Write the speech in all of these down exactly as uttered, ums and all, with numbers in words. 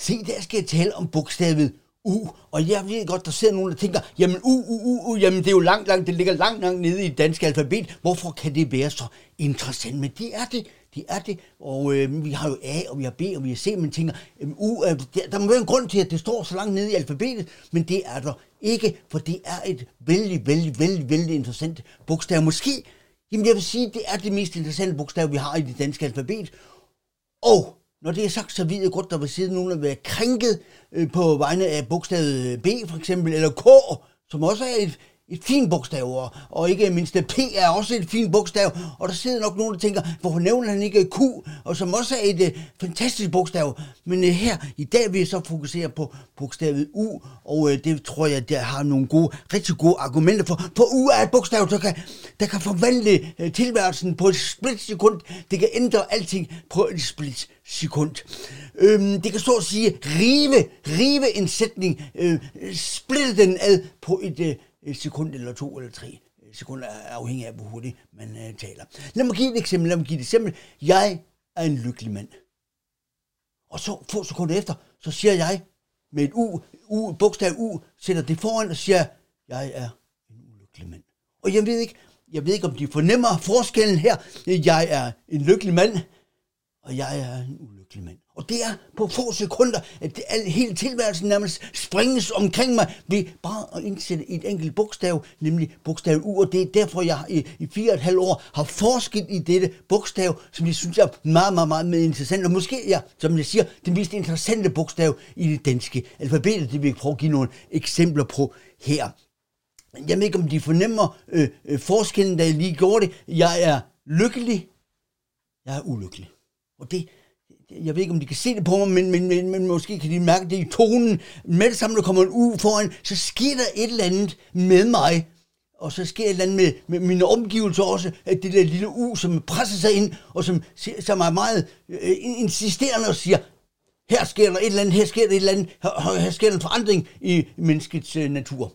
Se, der skal jeg tale om bogstavet U, og jeg ved godt, der sidder nogen, der tænker, jamen U, U, U, U, jamen det er jo langt, langt, det ligger langt, langt nede i det danske alfabet. Hvorfor kan det være så interessant? Men det er det, det er det, og øh, vi har jo A, og vi har B, og vi har C, men tænker, øh, U, øh, der, der må være en grund til, at det står så langt nede i alfabetet, men det er der ikke, for det er et vældig, vældig, vældig, vældig interessant bogstav. Måske, jamen jeg vil sige, det er det mest interessante bogstav, vi har i det danske alfabet, og når det er sagt, så ved jeg godt, der vil sidde nogen, der vil være krænket øh, på vegne af bogstavet B, for eksempel, eller K, som også er et, et fint bogstav, og, og ikke mindst P er også et fint bogstav, og der sidder nok nogen, der tænker, hvorfor nævner han ikke Q, og som også er et øh, fantastisk bogstav, men øh, her i dag vil jeg så fokusere på bogstavet U, og øh, det tror jeg, der har nogle gode, rigtig gode argumenter for, for U er et bogstav, der kan, der kan forvandle øh, tilværelsen på et splitsekund, det kan ændre alting på et splitsekund. Øhm, det kan så at sige rive, rive en sætning, øh, splitte den ad på et øh, et sekund eller to eller tre sekunder, afhængig af, hvor hurtigt man uh, taler. Lad mig give et eksempel. Lad mig give et eksempel. Jeg er en lykkelig mand. Og så få sekunder efter, så siger jeg med et U, U bogstav U, sætter det foran og siger, jeg er en ulykkelig mand. Og jeg ved ikke, jeg ved ikke, om de fornemmer forskellen her. Jeg er en lykkelig mand, og jeg er en ulykkelig mand. Og det er på få sekunder, at det, al, hele tilværelsen nærmest springes omkring mig ved bare at indsætte et enkelt bogstav, nemlig bogstav U. Og det er derfor, jeg i, i fire og et halvt år har forsket i dette bogstav, som jeg synes er meget, meget, meget, meget interessant. Og måske, ja, som jeg siger, det mest interessante bogstav i det danske alfabet. Det vil jeg prøve at give nogle eksempler på her. Jeg ved ikke, om de fornemmer øh, øh, forskellen, da jeg lige gjorde det. Jeg er lykkelig. Jeg er ulykkelig. Og det, jeg ved ikke, om de kan se det på mig, men, men, men, men måske kan de mærke det i tonen. Med det samme, der kommer en U foran, så sker der et eller andet med mig. Og så sker et eller andet med, med mine omgivelser også, at det der lille U, som presser sig ind, og som, som er meget øh, insisterende og siger, her sker der et eller andet, her sker der et eller andet, her, her sker der en forandring i menneskets øh, natur.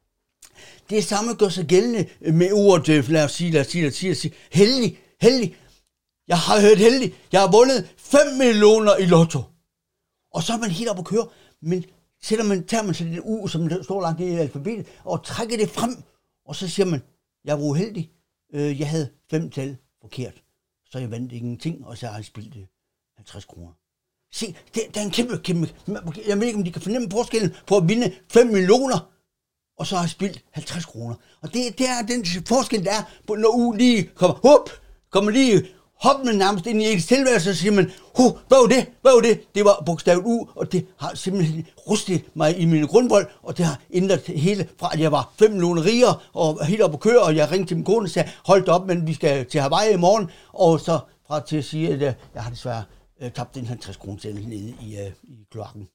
Det samme gør sig gældende med ordet, lad os sige, lad os sige, lad os sige, lad os sige heldig, heldig. Jeg har hørt heldig. Jeg har vundet fem millioner i lotto. Og så er man helt op at køre. Men sætter man, tager man så det U, som der står langt i alfabetet, og trækker det frem. Og så siger man, jeg var uheldig. Jeg havde fem tal forkert. Så jeg vandt ingenting, og så har jeg spildt halvtreds kroner. Se, det, det er en kæmpe, kæmpe... Jeg ved ikke, om de kan fornemme forskellen på at vinde fem millioner, og så har jeg spildt halvtreds kroner. Og det, det er den forskel, der er, når U lige kommer, hup, kommer lige... Hop man nærmest ind i ens tilværelse, så siger man, huh, hvad var det? Hvad var det? Det var bogstavet U, og det har simpelthen rustet mig i mine grundvold, og det har ændret hele fra, at jeg var fem millioner rigere, og helt op at køre, og jeg ringte til min kone og sagde, hold da op, men vi skal til Hawaii i morgen, og så fra til at sige, at jeg har desværre øh, tabt den halvtreds kroner selv nede i, øh, i kloakken.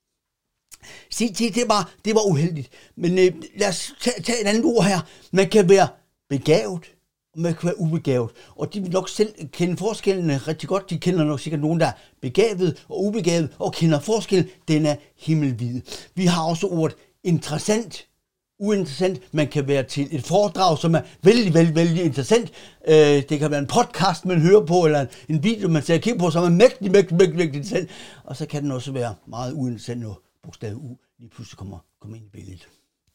Se, det, det, var, det var uheldigt, men øh, lad os tage, tage et andet ord her. Man kan være begavet, og man kan være ubegavet. Og de vil nok selv kende forskellene rigtig godt. De kender nok sikkert nogen, der er begavet og ubegavet, og kender forskellen. Den er himmelvid. Vi har også ordet interessant, uinteressant. Man kan være til et foredrag, som er vældig, vældig, vældig interessant. Det kan være en podcast, man hører på, eller en video, man ser og kigger på, som er mægtig, mægtig, mægtig, mægtig interessant. Og så kan den også være meget uinteressant, når bogstavet U lige pludselig kommer, kommer ind i billedet.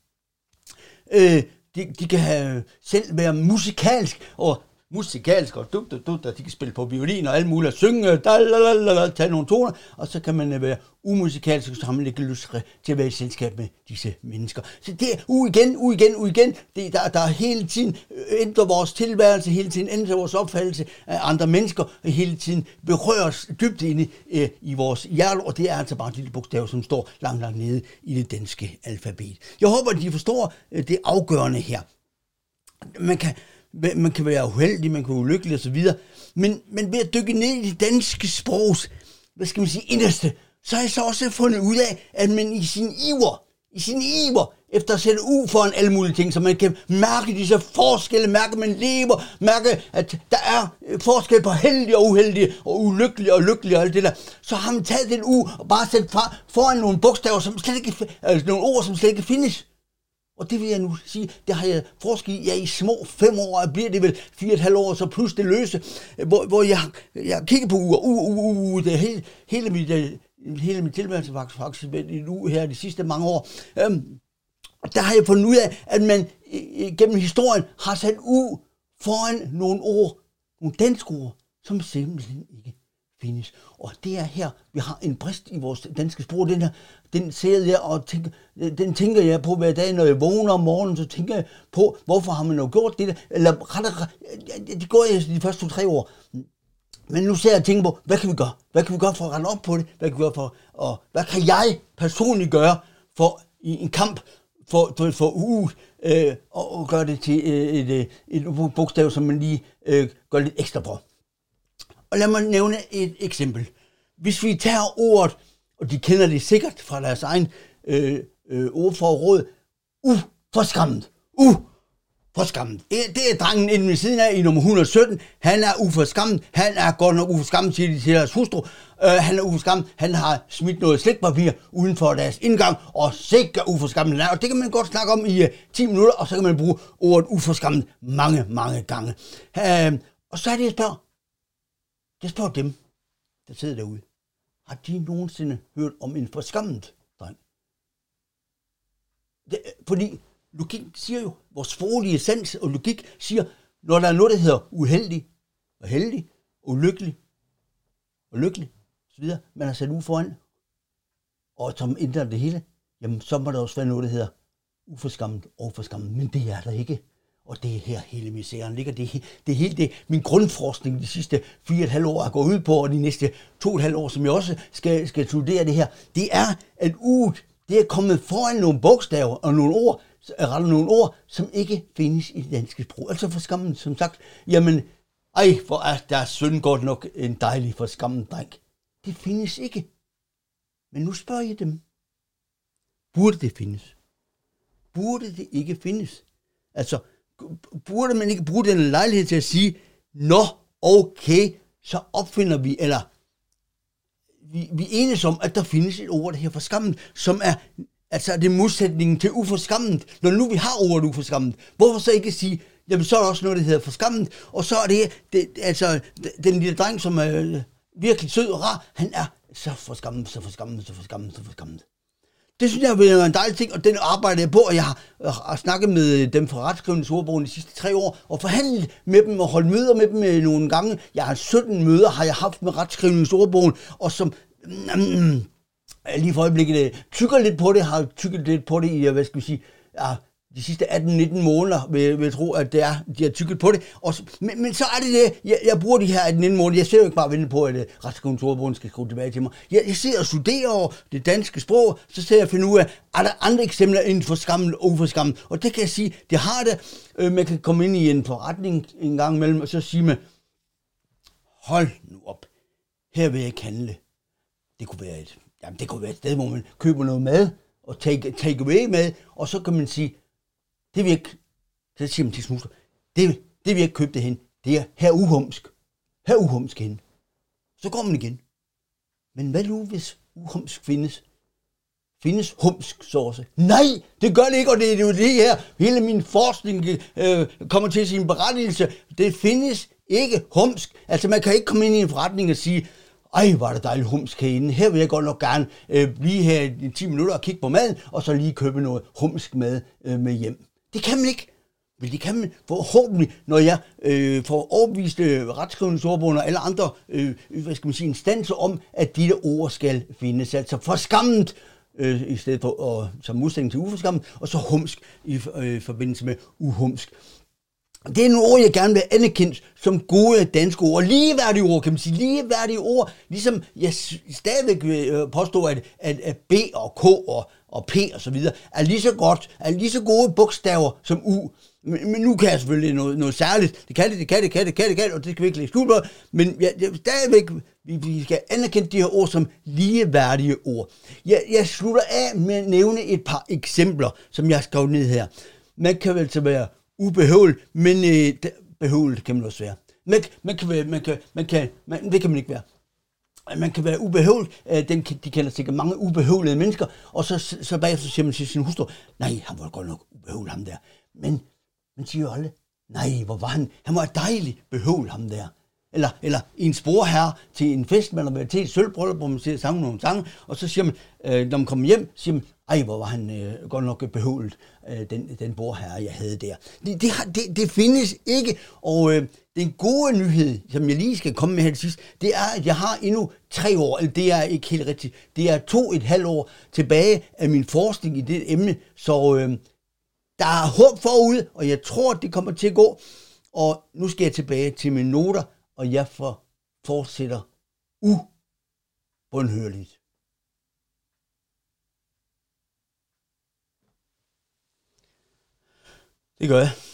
Øh, De, de kan have, selv være musikalsk, og musikalsk, og du, du, du, de kan spille på violin og alt muligt, og synge, da, la, la, la, la, tage nogle toner, og så kan man være umusikalsk, og så har man ikke lyst til at være i selskab med disse mennesker. Så det er u igen, u igen, u igen, det, der, der hele tiden ændrer vores tilværelse, hele tiden ændrer vores opfattelse af andre mennesker, og hele tiden berører os dybt inde øh, i vores hjerte, og det er altså bare et lille bogstav, som står langt, langt nede i det danske alfabet. Jeg håber, at de forstår øh, det afgørende her. Man kan Man kan være uheldig, man kan være ulykkelig osv., men, men ved at dykke ned i det danske sprogs, hvad skal man sige, inderste, så har jeg så også fundet ud af, at man i sin iver, i sin iver, efter at sætte U foran alle mulige ting, så man kan mærke disse forskelle, mærke, at man lever, mærke, at der er forskel på heldige og uheldige, og ulykkelige og lykkelige og alt det der, så har man taget den U og bare sat fra, foran nogle bogstaver, som slet ikke, altså nogle ord, som slet ikke findes. Og det vil jeg nu sige, det har jeg forsket i, ja, i små fem år, og bliver det vel fire og et halvt år, så plus det løse, hvor, hvor jeg, jeg kigger på uger, u, u, u, u, det hele, hele mit hele min tilværelse faktisk, faktisk en uge her de sidste mange år. Øhm, der har jeg fundet ud af, at man øh, gennem historien har sat u foran nogle ord, nogle danske ord, som simpelthen ikke findes. Og det er her, vi har en brist i vores danske sprog. Den her, den ser jeg og tænker, den tænker jeg på hver dag, når jeg vågner om morgenen, så tænker jeg på, hvorfor har man nu gjort det der? Eller rettere, det går jeg de første to-tre år. Men nu ser jeg og tænker på, hvad kan vi gøre? Hvad kan vi gøre for at rende op på det? Hvad kan vi gøre for, og hvad kan jeg personligt gøre for i en kamp for, for, for U, øh, og, og gøre det til øh, et, et, et bogstav, som man lige øh, gør lidt ekstra på. Og lad mig nævne et eksempel. Hvis vi tager ordet, og de kender det sikkert fra deres egen øh, øh, ordforråd, uforskammet. Uforskammet. Det er drengen inde ved siden af i nummer et hundrede og sytten. Han er uforskammet. Han er godt nok uforskammet, siger de til deres hustru. Uh, han er uforskammet. Han har smidt noget slikpapir uden for deres indgang, og sikkert uforskammet. Og det kan man godt snakke om i uh, ti minutter, og så kan man bruge ordet uforskammet mange, mange gange. Uh, og så er det, jeg spørger. Jeg spørger dem, der sidder derude. Har de nogensinde hørt om en forskammet dreng? Det, fordi logik siger jo, vores sproglige sans og logik siger, når der er noget, der hedder uheldig, og heldig, og ulykkelig, og lykkelig, så videre, man har sat ud foran, og som ændrer det hele, jamen så må der også være noget, der hedder uforskammet og forskammet, men det er der ikke. Og det er her hele misæren ligger. Det er, det er helt det, min grundforskning de sidste fire og et halvt år er gået ud på, og de næste to og et halvt år, som jeg også skal, skal studere det her, det er, at uget, det er kommet foran nogle bogstaver og nogle ord, retter nogle ord, som ikke findes i det danske sprog. Altså for skammen, som sagt, jamen, ej, hvor er deres søn godt nok en dejlig for skammen dreng. Det findes ikke. Men nu spørger jeg dem, burde det findes? Burde det ikke findes? Altså, burde man ikke bruge den lejlighed til at sige, nå, okay, så opfinder vi, eller vi, vi enes om, at der findes et ord, der her forskammet, som er, altså det modsætningen til uforskammet. Når nu vi har ordet uforskammet, hvorfor så ikke sige, jamen så er der også noget, der hedder forskammet, og så er det, det altså den lille dreng, som er virkelig sød og rar, han er så forskammet, så forskammet, så forskammet, så forskammet. Det synes jeg er en dejlig ting, og den arbejder jeg på, og jeg har, har snakket med dem fra retskrivningsordbogen de sidste tre år, og forhandlet med dem og holdt møder med dem nogle gange. Jeg har sytten møder, har jeg haft med retskrivningsordbogen, og som mm, lige for øjeblikket tykker lidt på det, har tykket lidt på det i, hvad skal vi sige, ja, de sidste atten nitten måneder, vil, vil jeg tro, at det er, de har tykket på det. Og så, men, men så er det det, jeg, jeg bruger de her atten nitten måneder, jeg ser jo ikke bare vente på, at uh, retskrivningsordbogen skal skrive tilbage til mig. Jeg, jeg sidder og studerer over det danske sprog, så ser jeg og finder ud af, er der andre eksempler inden for skammen og uforskammen? Og det kan jeg sige, det har det. Øh, man kan komme ind i en forretning en gang imellem, og så sige man, hold nu op, her vil jeg ikke handle. Det kunne være et, jamen, det kunne være et sted, hvor man køber noget mad, og take, take away mad, og så kan man sige, det vil jeg ikke, så siger man til snuster, det, det vil jeg ikke købe det hen. Det er her uhumsk. Her uhumsk hen. Så går man igen. Men hvad nu, hvis uhumsk findes? Findes humsk sauce? Nej, det gør det ikke, og det er jo det her. Hele min forskning øh, kommer til sin berettigelse. Det findes ikke humsk. Altså man kan ikke komme ind i en forretning og sige, ej, var det dejligt humsk herinde. Her vil jeg godt nok gerne øh, blive her i ti minutter og kigge på maden, og så lige købe noget humsk mad øh, med hjem. Det kan man ikke. Men det kan man forhåbentlig, når jeg øh, får overbevist øh, retskrivningsordbogen og alle andre øh, hvad skal man sige, instanser om, at dette ord skal findes. Altså forskammet øh, i stedet for øh, som modsætning til uforskammet, og så humsk i øh, forbindelse med uhumsk. Det er nogle ord, jeg gerne vil anerkendt som gode danske ord. Ligeværdige ord, kan man sige. Ligeværdige ord, ligesom jeg stadigvæk vil påstå, at, at, at B og K og, og P og så videre er lige så godt, er lige så gode bogstaver som U. Men, men nu kan jeg selvfølgelig noget, noget særligt. Det kan det, det kan det, kan det, kan det, kan det, og det skal vi ikke lægge skjul på. Men jeg, jeg, stadigvæk, vi, vi skal anerkende de her ord som ligeværdige ord. Jeg, jeg slutter af med at nævne et par eksempler, som jeg har skrevet ned her. Man kan vel så være ubehøvlet, men øh, behøvlet kan man også være. Man, man kan være, man kan, man kan, man, det kan man ikke være. Man kan være ubehøvlet, øh, den, de kender sikkert mange ubehøvlede mennesker, og så, så bagefter siger man til sin hustru, nej, han var godt nok ubehøvlet, ham der. Men man siger jo aldrig, nej, hvor var han, han var dejlig behøvlet, ham der. Eller, eller en sporherre til en fest, man har været til et sølvbryllup, hvor man siger sange nogle sange, og så siger man, øh, når man kommer hjem, siger man, ej, hvor var han øh, godt nok behøvet, øh, den, den borherre, jeg havde der. Det, det, har, det, det findes ikke, og øh, den gode nyhed, som jeg lige skal komme med her til sidst, det er, at jeg har endnu tre år, eller det er ikke helt rigtigt, det er to et halvt år tilbage af min forskning i det emne, så øh, der er håb forud, og jeg tror, det kommer til at gå, og nu skal jeg tilbage til mine noter, og jeg for, fortsætter ubundhørligt. Det gør jeg.